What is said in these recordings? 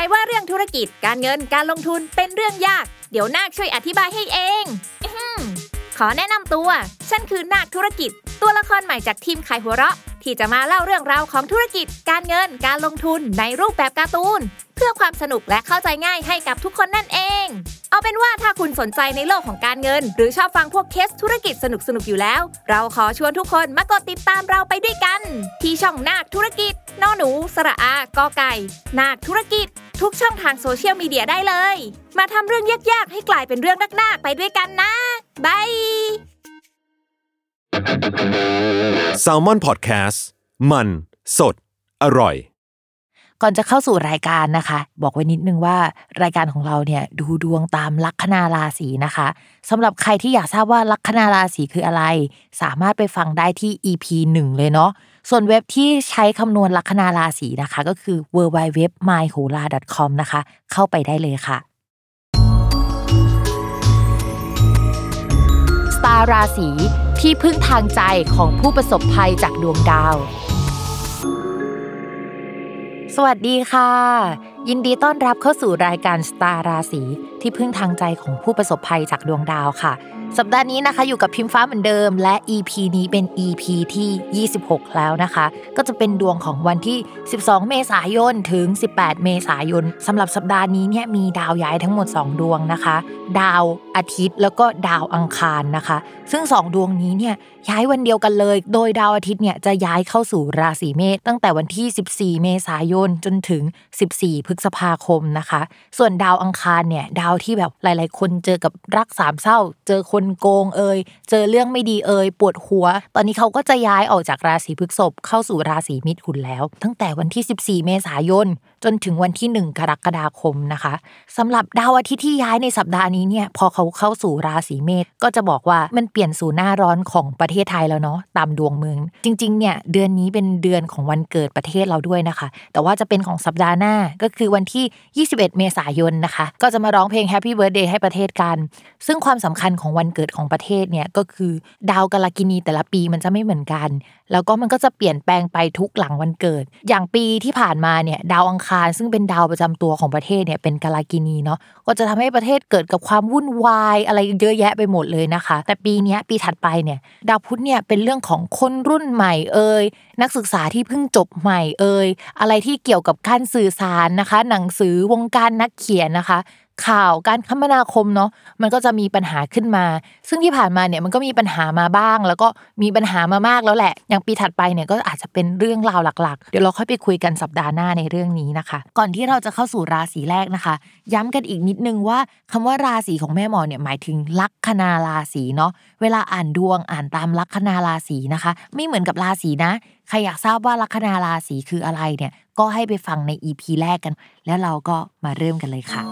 ว่าเรื่องธุรกิจการเงินการลงทุนเป็นเรื่องยากเดี๋ยวนาคช่วยอธิบายให้เองขอแนะนำตัวฉันคือนาคธุรกิจตัวละครใหม่จากทีมขายหัวเราะที่จะมาเล่าเรื่องราวของธุรกิจการเงินการลงทุนในรูปแบบการ์ตูนเพื่อความสนุกและเข้าใจง่ายให้กับทุกคนนั่นเองเอาเป็นว่าถ้าคุณสนใจในโลกของการเงินหรือชอบฟังพวกเคสธุรกิจสนุกอยู่แล้วเราขอชวนทุกคนมากดติดตามเราไปด้วยกันที่ช่องนาคธุรกิจนอหนูสระอากอไก่นาคธุรกิจทุกช่องทางโซเชียลมีเดียได้เลยมาทำเรื่องยากๆให้กลายเป็นเรื่องน่าๆไปด้วยกันนะบาย Salmon Podcast มันสดอร่อยก่อนจะเข้าสู่รายการนะคะบอกไว้นิดนึงว่ารายการของเราเนี่ยดูดวงตามลัคนาราศีนะคะสำหรับใครที่อยากทราบว่าลัคนาราศีคืออะไรสามารถไปฟังได้ที่ EP 1 เลยเนาะส่วนเว็บที่ใช้คำนวณลัคนาราศีนะคะก็คือ www.myhola.com นะคะเข้าไปได้เลยค่ะสตาร์ราศีที่พึ่งทางใจของผู้ประสบภัยจากดวงดาวสวัสดีค่ะยินดีต้อนรับเข้าสู่รายการสตาร์ราศีที่พึ่งทางใจของผู้ประสบภัยจากดวงดาวค่ะสัปดาห์นี้นะคะอยู่กับพิมฟ้าเหมือนเดิมและ EP นี้เป็น EP ที่26แล้วนะคะก็จะเป็นดวงของวันที่12เมษายนถึง18เมษายนสำหรับสัปดาห์นี้เนี่ยมีดาวย้ายทั้งหมด2ดวงนะคะดาวอาทิตย์แล้วก็ดาวอังคารนะคะซึ่ง2ดวงนี้เนี่ยย้ายวันเดียวกันเลยโดยดาวอาทิตย์เนี่ยจะย้ายเข้าสู่ราศีเมษตั้งแต่วันที่14เมษายนจนถึง14พฤษภาคมนะคะส่วนดาวอังคารเนี่ยดาวที่แบบหลายๆคนเจอกับรักสามเศร้าเจอคนโกงเจอเรื่องไม่ดีปวดหัวตอนนี้เขาก็จะย้ายออกจากราศีพฤษภเข้าสู่ราศีมิถุนแล้วตั้งแต่วันที่14เมษายนจนถึงวันที่1กรกฎาคมนะคะสำหรับดาวอาทิตย์ที่ย้ายในสัปดาห์นี้เนี่ยพอเขาเข้าสู่ราศีเมษก็จะบอกว่ามันเปลี่ยนสู่หน้าร้อนของประเทศไทยแล้วเนาะตามดวงเมืองจริงๆเนี่ยเดือนนี้เป็นเดือนของวันเกิดประเทศเราด้วยนะคะแต่ว่าจะเป็นของสัปดาห์หน้าก็คือวันที่21เมษายนนะคะก็จะมาร้องเพลง Happy Birthday ให้ประเทศกันซึ่งความสำคัญของวันเกิดของประเทศเนี่ยก็คือดาวกาลกินีแต่ละปีมันจะไม่เหมือนกันแล้วก็มันก็จะเปลี่ยนแปลงไปทุกหลังวันเกิดอย่างปีที่ผ่านมาเนี่ยดาวอังคารซึ่งเป็นดาวประจำตัวของประเทศเนี่ยเป็นกาลกินีเนาะก็จะทำให้ประเทศเกิดกับความวุ่นวายอะไรเยอะแยะไปหมดเลยนะคะแต่ปีนี้ปีถัดไปเนี่ยดาวพุธเนี่ยเป็นเรื่องของคนรุ่นใหม่นักศึกษาที่เพิ่งจบใหม่อะไรที่เกี่ยวกับการสื่อสารนะคะหนังสือวงการนักเขียนนะคะข่าวการคมนาคมเนาะมันก็จะมีปัญหาขึ้นมาซึ่งที่ผ่านมาเนี่ยมันก็มีปัญหามาบ้างแล้วก็มีปัญหามามากแล้วแหละอย่างปีถัดไปเนี่ยก็อาจจะเป็นเรื่องราวหลักๆเดี๋ยวเราค่อยไปคุยกันสัปดาห์หน้าในเรื่องนี้นะคะก่อนที่เราจะเข้าสู่ราศีแรกนะคะย้ำกันอีกนิดนึงว่าคำว่าราศีของแม่หมอเนี่ยหมายถึงลัคนาราศีเนาะเวลาอ่านดวงอ่านตามลัคนาราศีนะคะไม่เหมือนกับราศีนะใครอยากทราบว่าลัคนาราศีคืออะไรเนี่ยก็ให้ไปฟังใน EP แรกกันแล้วเราก็มาเริ่มกันเลยค่ะ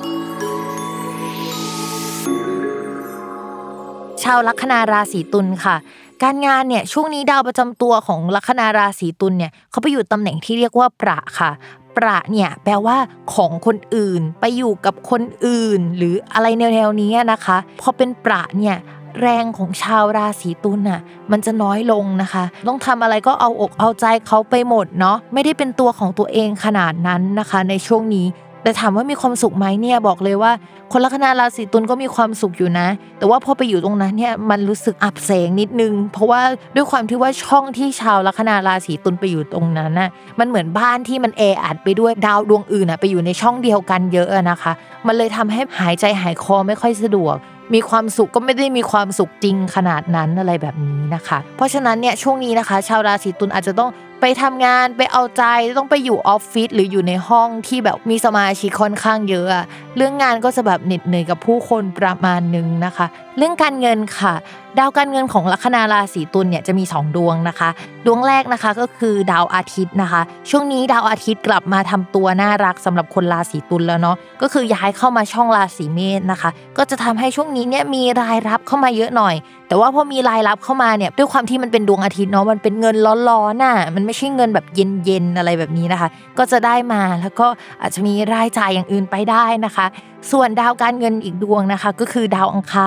ชาวลัคนาราศีตุลค่ะการงานเนี่ยช่วงนี้ดาวประจำตัวของลัคนาราศีตุลเนี่ยเขาไปอยู่ตำแหน่งที่เรียกว่าประค่ะประเนี่ยแปลว่าของคนอื่นไปอยู่กับคนอื่นหรืออะไรแนวๆนี้นะคะพอเป็นประเนี่ยแรงของชาวราศีตุลน่ะมันจะน้อยลงนะคะต้องทำอะไรก็เอาอกเอาใจเขาไปหมดเนาะไม่ได้เป็นตัวของตัวเองขนาดนั้นนะคะในช่วงนี้แต่ถามว่ามีความสุขไหมเนี่ยบอกเลยว่าคนลัคนาราศีตุลก็มีความสุขอยู่นะแต่ว่าพอไปอยู่ตรงนั้นเนี่ยมันรู้สึกอับแสงนิดนึงเพราะว่าด้วยความที่ว่าช่องที่ชาวลัคนาราศีตุลไปอยู่ตรงนั้นน่ะมันเหมือนบ้านที่มันแออัดไปด้วยดาวดวงอื่นน่ะไปอยู่ในช่องเดียวกันเยอะนะคะมันเลยทำให้หายใจหายคอไม่ค่อยสะดวกมีความสุขก็ไม่ได้มีความสุขจริงขนาดนั้นอะไรแบบนี้นะคะเพราะฉะนั้นเนี่ยช่วงนี้นะคะชาวราศีตุลอาจจะต้องไปทำงานไปเอาใจต้องไปอยู่ออฟฟิศหรืออยู่ในห้องที่แบบมีสมาชิกค่อนข้างเยอะเรื่องงานก็จะแบบเหน็ดเหนื่อยกับผู้คนประมาณนึงนะคะเรื่องการเงินค่ะดาวการเงินของลัคนาราศีตุลเนี่ยจะมี2ดวงนะคะดวงแรกนะคะก็คือดาวอาทิตย์นะคะช่วงนี้ดาวอาทิตย์กลับมาทำตัวน่ารักสำหรับคนราศีตุลแล้วเนาะก็คือย้ายเข้ามาช่องราศีเมษนะคะก็จะทำให้ช่วงนี้เนี่ยมีรายรับเข้ามาเยอะหน่อยแต่ว่าพอมีรายรับเข้ามาเนี่ยด้วยความที่มันเป็นดวงอาทิตย์เนาะมันเป็นเงินร้อนๆน่ะมันไม่ใช่เงินแบบเย็นๆอะไรแบบนี้นะคะก็จะได้มาแล้วก็อาจจะมีรายจ่ายอย่างอื่นไปได้นะคะส่วนดาวการเงินอีกดวงนะคะก็คือดาวอังคาร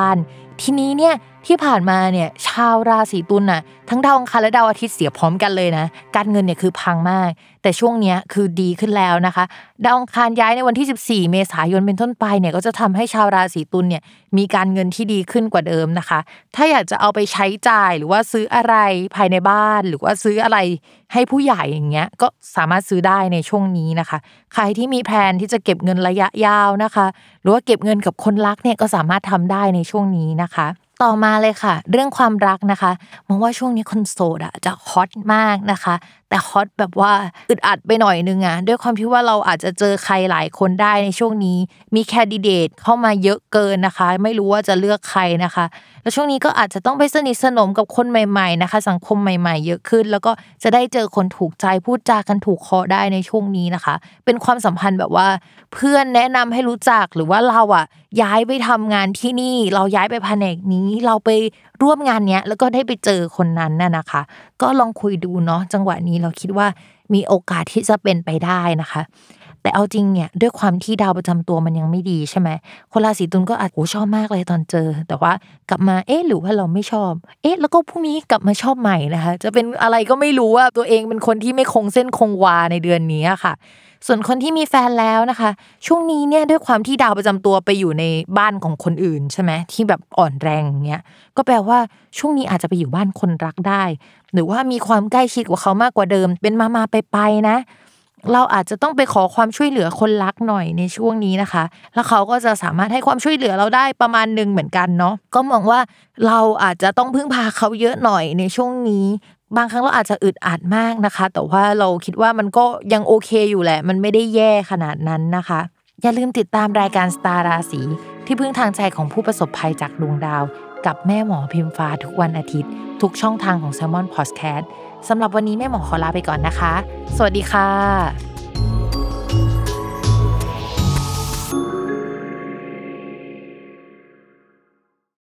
ทีนี้เนี่ยที่ผ่านมาเนี่ยชาวราศีตุลน่ะทั้งดาวอังคารและดาวอาทิตย์เสียพร้อมกันเลยนะการเงินเนี่ยคือพังมากแต่ช่วงเนี้ยคือดีขึ้นแล้วนะคะดาวอังคารย้ายในวันที่14เมษายนเป็นต้นไปเนี่ยก็จะทำให้ชาวราศีตุลเนี่ยมีการเงินที่ดีขึ้นกว่าเดิมนะคะถ้าอยากจะเอาไปใช้จ่ายหรือว่าซื้ออะไรภายในบ้านหรือว่าซื้ออะไรให้ผู้ใหญ่อย่างเงี้ยก็สามารถซื้อได้ในช่วงนี้นะคะใครที่มีแผนที่จะเก็บเงินระยะยาวนะคะหรือว่าเก็บเงินกับคนรักเนี่ยก็สามารถทำได้ในช่วงนี้นะคะต่อมาเลยค่ะเรื่องความรักนะคะมองว่าช่วงนี้คนโสดจะฮอตมากนะคะแต่ฮอตแบบว่าอึดอัดไปหน่อยนึงด้วยความที่ว่าเราอาจจะเจอใครหลายคนได้ในช่วงนี้มีแคนดิเดตเข้ามาเยอะเกินนะคะไม่รู้ว่าจะเลือกใครนะคะแล้วช่วงนี้ก็อาจจะต้องไปสนิทสนมกับคนใหม่ๆนะคะสังคมใหม่ๆเยอะขึ้นแล้วก็จะได้เจอคนถูกใจพูดจากันถูกคอได้ในช่วงนี้นะคะเป็นความสัมพันธ์แบบว่าเพื่อนแนะนำให้รู้จักหรือว่าเราย้ายไปทำงานที่นี่เราย้ายไปแผนกนี้เราไปร่วมงานเนี้ยแล้วก็ได้ไปเจอคนนั้นน่ะนะคะก็ลองคุยดูเนาะจังหวะนี้เราคิดว่ามีโอกาสที่จะเป็นไปได้นะคะแต่เอาจริงเนี่ยด้วยความที่ดาวประจำตัวมันยังไม่ดีใช่ไหมคนราศีตุลก็อาจชอบมากเลยตอนเจอแต่ว่ากลับมาหรือว่าเราไม่ชอบแล้วก็พรุ่งนี้กลับมาชอบใหม่นะคะจะเป็นอะไรก็ไม่รู้ว่าตัวเองเป็นคนที่ไม่คงเส้นคงวาในเดือนนี้ค่ะส่วนคนที่มีแฟนแล้วนะคะช่วงนี้เนี่ยด้วยความที่ดาวประจำตัวไปอยู่ในบ้านของคนอื่นใช่ไหมที่แบบอ่อนแรงอย่างเงี้ยก็แปลว่าช่วงนี้อาจจะไปอยู่บ้านคนรักได้หรือว่ามีความใกล้ชิดกว่าเขามากกว่าเดิมเป็นมาไปนะเราอาจจะต้องไปขอความช่วยเหลือคนรักหน่อยในช่วงนี้นะคะแล้วเขาก็จะสามารถให้ความช่วยเหลือเราได้ประมาณนึงเหมือนกันเนาะก็มองว่าเราอาจจะต้องพึ่งพาเขาเยอะหน่อยในช่วงนี้บางครั้งเราอาจจะอึดอัดมากนะคะแต่ว่าเราคิดว่ามันก็ยังโอเคอยู่แหละมันไม่ได้แย่ขนาดนั้นนะคะอย่าลืมติดตามรายการสตาร์ราศีที่พึ่งทางใจของผู้ประสบภัยจากดวงดาวกับแม่หมอพิมฟ้าทุกวันอาทิตย์ทุกช่องทางของ Salmon Podcast สำหรับวันนี้แม่หมอขอลาไปก่อนนะคะสวัสดีค่ะ